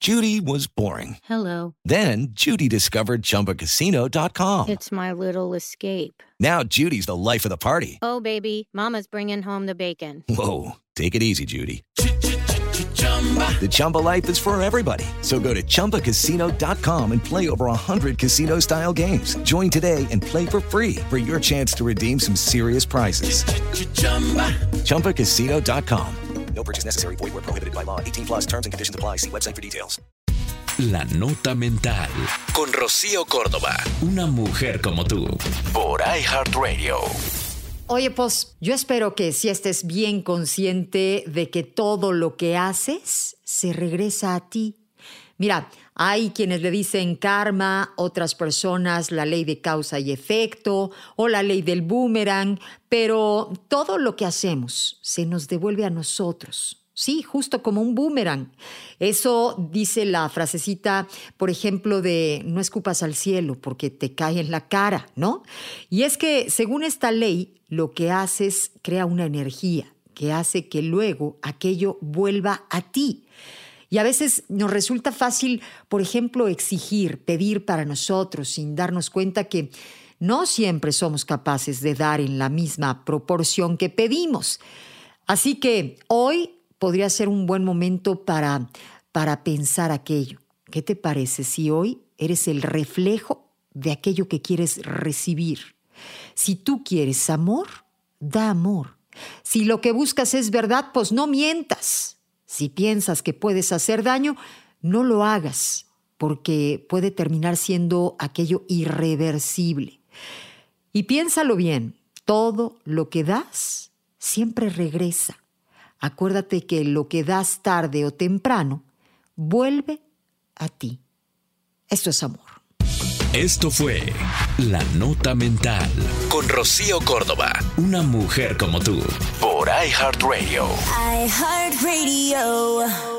Judy was boring. Hello. Then Judy discovered ChumbaCasino.com. It's my little escape. Now Judy's the life of the party. Oh, baby, mama's bringing home the bacon. Whoa, take it easy, Judy. The Chumba life is for everybody. So go to ChumbaCasino.com and play over 100 casino-style games. Join today and play for free for your chance to redeem some serious prizes. ChumbaCasino.com. No purchase necessary. Void where prohibited by law. 18 plus terms and conditions apply. See website for details. La Nota Mental con Rocío Córdoba. Una mujer como tú. Por iHeartRadio. Oye, pues yo espero que sí estés bien consciente de que todo lo que haces se regresa a ti. Mira, hay quienes le dicen karma, otras personas la ley de causa y efecto o la ley del boomerang, pero todo lo que hacemos se nos devuelve a nosotros. Sí, justo como un boomerang. Eso dice la frasecita, por ejemplo, de no escupas al cielo porque te cae en la cara, ¿no? Y es que, según esta ley, lo que haces crea una energía que hace que luego aquello vuelva a ti. Y a veces nos resulta fácil, por ejemplo, exigir, pedir para nosotros sin darnos cuenta que no siempre somos capaces de dar en la misma proporción que pedimos. Así que hoy podría ser un buen momento para pensar aquello. ¿Qué te parece si hoy eres el reflejo de aquello que quieres recibir? Si tú quieres amor, da amor. Si lo que buscas es verdad, pues no mientas. Si piensas que puedes hacer daño, no lo hagas, porque puede terminar siendo aquello irreversible. Y piénsalo bien, todo lo que das siempre regresa. Acuérdate que lo que das tarde o temprano vuelve a ti. Esto es amor. Esto fue La Nota Mental con Rocío Córdoba. Una mujer como tú. Por iHeartRadio. iHeartRadio.